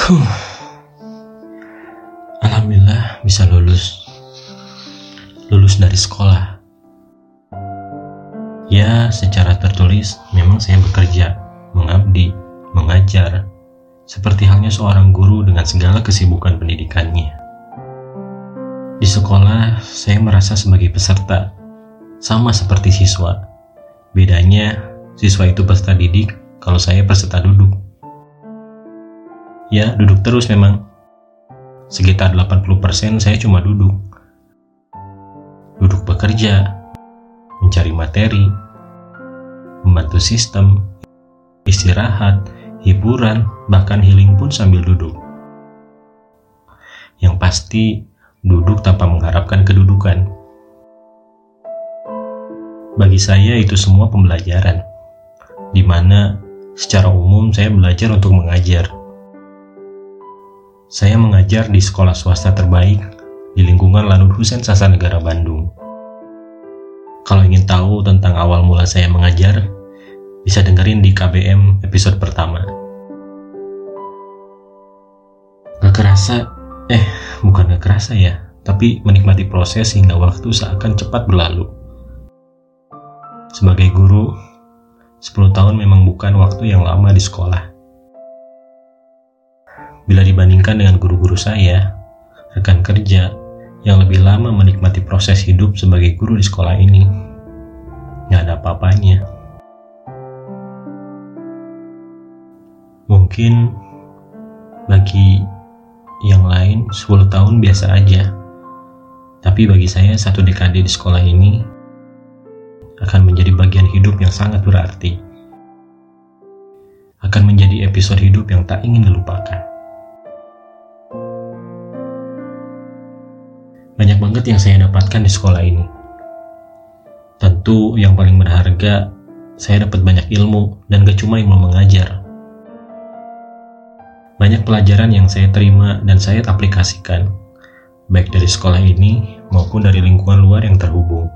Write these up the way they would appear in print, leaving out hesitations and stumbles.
Alhamdulillah bisa lulus dari sekolah. Ya, secara tertulis memang saya bekerja, mengabdi, mengajar, seperti halnya seorang guru dengan segala kesibukan pendidikannya. Di sekolah, saya merasa sebagai peserta, sama seperti siswa. Bedanya, siswa itu peserta didik, kalau saya peserta duduk. Ya, duduk terus memang. Sekitar 80% saya cuma duduk. Duduk bekerja, mencari materi, membantu sistem, istirahat, hiburan, bahkan healing pun sambil duduk. Yang pasti, duduk tanpa mengharapkan kedudukan. Bagi saya itu semua pembelajaran, di mana secara umum saya belajar untuk mengajar. Saya mengajar di sekolah swasta terbaik di lingkungan Lanut Husein Sasa Negara Bandung. Kalau ingin tahu tentang awal mula saya mengajar, bisa dengerin di KBM episode pertama. Bukan gak kerasa ya, tapi menikmati proses hingga waktu seakan cepat berlalu. Sebagai guru, 10 tahun memang bukan waktu yang lama di sekolah. Bila dibandingkan dengan guru-guru saya, rekan kerja yang lebih lama menikmati proses hidup sebagai guru di sekolah ini, gak ada apa-apanya. Mungkin bagi yang lain 10 tahun biasa aja, tapi bagi saya 1 dekade di sekolah ini akan menjadi bagian hidup yang sangat berarti. Akan menjadi episode hidup yang tak ingin dilupakan. Banyak banget yang saya dapatkan di sekolah ini. Tentu yang paling berharga, saya dapat banyak ilmu dan gak cuma ilmu mengajar. Banyak pelajaran yang saya terima dan saya aplikasikan, baik dari sekolah ini maupun dari lingkungan luar yang terhubung.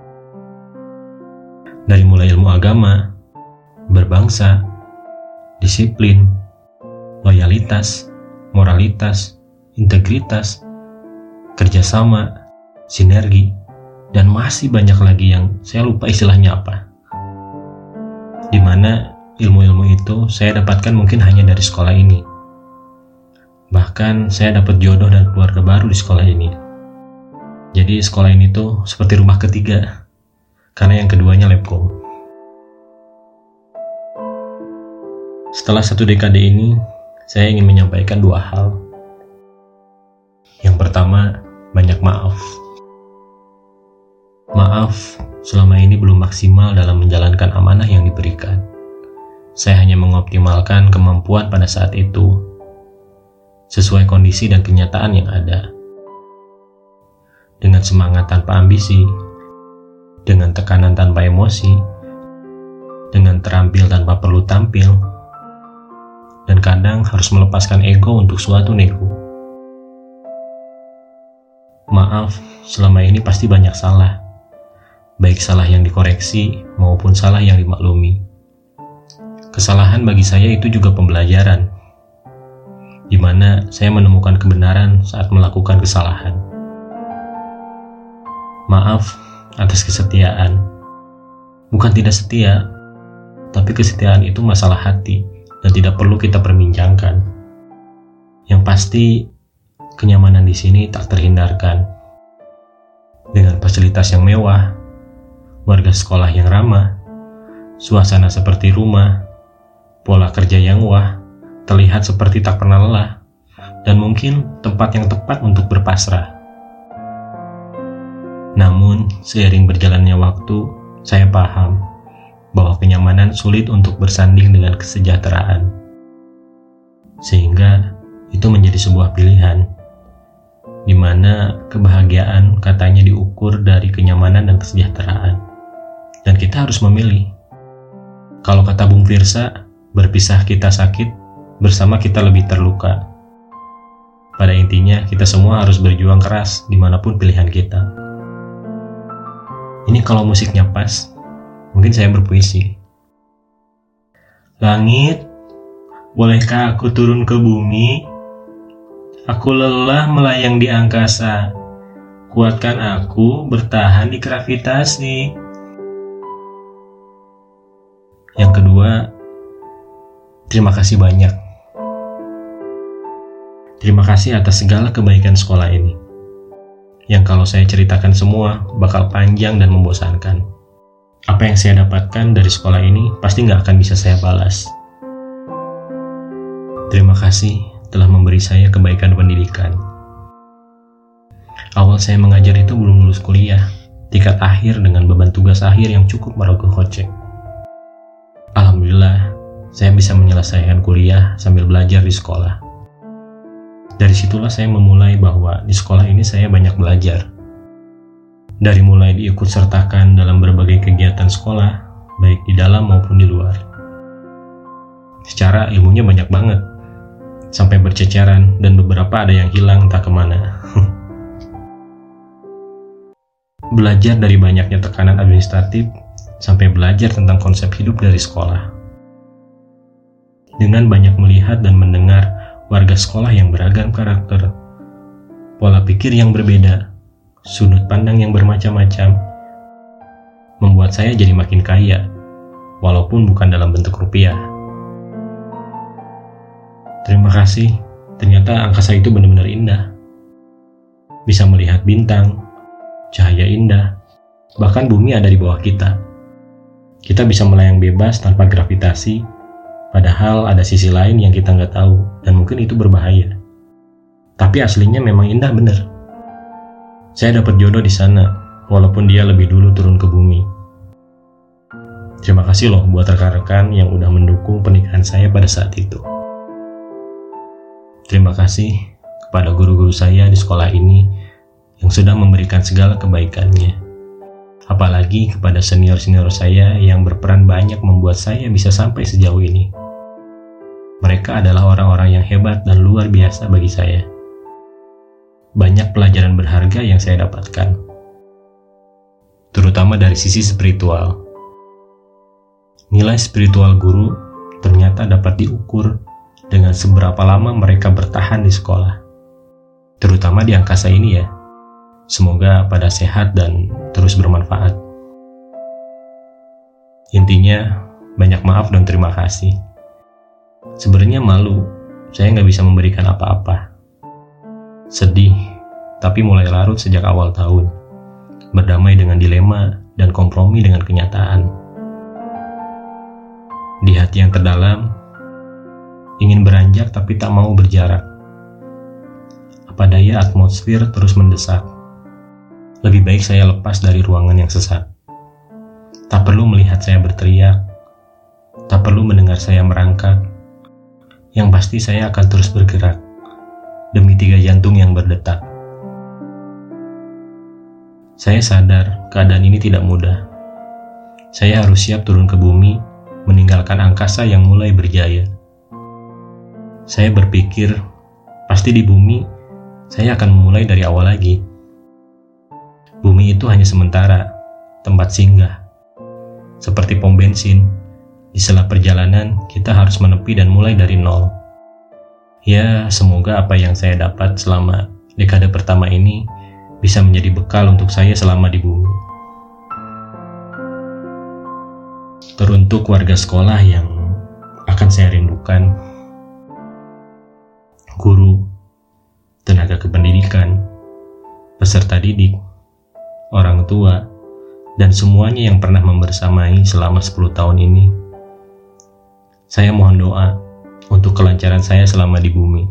Dari mulai ilmu agama, berbangsa, disiplin, loyalitas, moralitas, integritas, kerjasama, sinergi, dan masih banyak lagi yang saya lupa istilahnya apa. Dimana ilmu-ilmu itu saya dapatkan mungkin hanya dari sekolah ini. Bahkan saya dapat jodoh dan keluarga baru di sekolah ini. Jadi sekolah ini tuh seperti rumah ketiga, karena yang keduanya Labcom. Setelah 1 dekade ini, saya ingin menyampaikan 2 hal. Yang pertama, banyak maaf. Maaf, selama ini belum maksimal dalam menjalankan amanah yang diberikan. Saya hanya mengoptimalkan kemampuan pada saat itu, sesuai kondisi dan kenyataan yang ada. Dengan semangat tanpa ambisi, dengan tekanan tanpa emosi, dengan terampil tanpa perlu tampil, dan kadang harus melepaskan ego untuk suatu nego. Maaf, selama ini pasti banyak salah, baik salah yang dikoreksi maupun salah yang dimaklumi. Kesalahan bagi saya itu juga pembelajaran, di mana saya menemukan kebenaran saat melakukan kesalahan. Maaf atas kesetiaan. Bukan tidak setia, tapi kesetiaan itu masalah hati dan tidak perlu kita perbincangkan. Yang pasti, kenyamanan di sini tak terhindarkan. Dengan fasilitas yang mewah, warga sekolah yang ramah, suasana seperti rumah, pola kerja yang wah, terlihat seperti tak pernah lelah, dan mungkin tempat yang tepat untuk berpasrah. Namun, seiring berjalannya waktu, saya paham bahwa kenyamanan sulit untuk bersanding dengan kesejahteraan. Sehingga, itu menjadi sebuah pilihan, di mana kebahagiaan katanya diukur dari kenyamanan dan kesejahteraan. Dan kita harus memilih. Kalau kata Bung Firsa, berpisah kita sakit, bersama kita lebih terluka. Pada intinya, kita semua harus berjuang keras dimanapun pilihan kita. Ini kalau musiknya pas, mungkin saya berpuisi. Langit, bolehkah aku turun ke bumi Aku lelah melayang di angkasa. Kuatkan aku bertahan di gravitasi. Yang kedua, terima kasih banyak. Terima kasih atas segala kebaikan sekolah ini. Yang kalau saya ceritakan semua, bakal panjang dan membosankan. Apa yang saya dapatkan dari sekolah ini pasti nggak akan bisa saya balas. Terima kasih telah memberi saya kebaikan pendidikan. Awal saya mengajar itu belum lulus kuliah, tingkat akhir dengan beban tugas akhir yang cukup merogoh kocek. Alhamdulillah, saya bisa menyelesaikan kuliah sambil belajar di sekolah. Dari situlah saya memulai bahwa di sekolah ini saya banyak belajar. Dari mulai diikut sertakan dalam berbagai kegiatan sekolah, baik di dalam maupun di luar. Secara ilmunya banyak banget, sampai berceceran dan beberapa ada yang hilang entah kemana. Belajar dari banyaknya tekanan administratif, sampai belajar tentang konsep hidup dari sekolah. Dengan banyak melihat dan mendengar warga sekolah yang beragam karakter, pola pikir yang berbeda, sudut pandang yang bermacam-macam, membuat saya jadi makin kaya, walaupun bukan dalam bentuk rupiah. Terima kasih, ternyata angkasa itu benar-benar indah. Bisa melihat bintang, cahaya indah, bahkan bumi ada di bawah kita. Kita bisa melayang bebas tanpa gravitasi, padahal ada sisi lain yang kita nggak tahu, dan mungkin itu berbahaya. Tapi aslinya memang indah bener. Saya dapat jodoh di sana, walaupun dia lebih dulu turun ke bumi. Terima kasih loh buat rekan-rekan yang udah mendukung pernikahan saya pada saat itu. Terima kasih kepada guru-guru saya di sekolah ini yang sudah memberikan segala kebaikannya. Apalagi kepada senior-senior saya yang berperan banyak membuat saya bisa sampai sejauh ini. Mereka adalah orang-orang yang hebat dan luar biasa bagi saya. Banyak pelajaran berharga yang saya dapatkan, terutama dari sisi spiritual. Nilai spiritual guru ternyata dapat diukur dengan seberapa lama mereka bertahan di sekolah, terutama di angkasa ini ya. Semoga pada sehat dan terus bermanfaat. Intinya, banyak maaf dan terima kasih. Sebenarnya malu, saya nggak bisa memberikan apa-apa. Sedih, tapi mulai larut sejak awal tahun. Berdamai dengan dilema dan kompromi dengan kenyataan. Di hati yang terdalam, ingin beranjak tapi tak mau berjarak. Apa daya atmosfer terus mendesak. Lebih baik saya lepas dari ruangan yang sesak. Tak perlu melihat saya berteriak, tak perlu mendengar saya merangkak. Yang pasti saya akan terus bergerak, demi 3 jantung yang berdetak. Saya sadar keadaan ini tidak mudah. Saya harus siap turun ke bumi, meninggalkan angkasa yang mulai berjaya. Saya berpikir, pasti di bumi, saya akan memulai dari awal lagi. Bumi itu hanya sementara, tempat singgah. Seperti pom bensin, di sela perjalanan kita harus menepi dan mulai dari nol. Ya, semoga apa yang saya dapat selama dekade pertama ini bisa menjadi bekal untuk saya selama di bumi. Teruntuk warga sekolah yang akan saya rindukan, guru, tenaga kependidikan, peserta didik, orang tua, dan semuanya yang pernah membersamai selama 10 tahun ini. Saya mohon doa untuk kelancaran saya selama di bumi.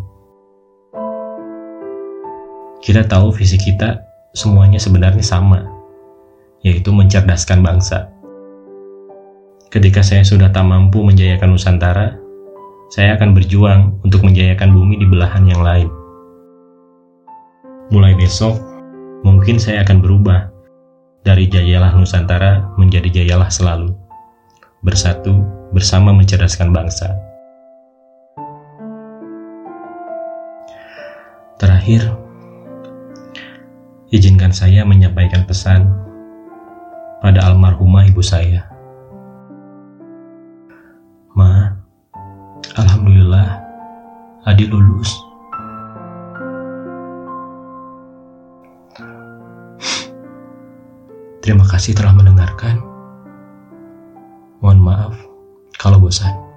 Kita tahu visi kita semuanya sebenarnya sama, yaitu mencerdaskan bangsa. Ketika saya sudah tak mampu menjayakan Nusantara, saya akan berjuang untuk menjayakan bumi di belahan yang lain. Mulai besok, mungkin saya akan berubah dari jayalah Nusantara menjadi jayalah selalu. Bersatu, bersama mencerdaskan bangsa. Terakhir, izinkan saya menyampaikan pesan pada almarhumah ibu saya. Ma, alhamdulillah, Adi lulus. Terima kasih telah mendengarkan. Mohon maaf kalau bosan.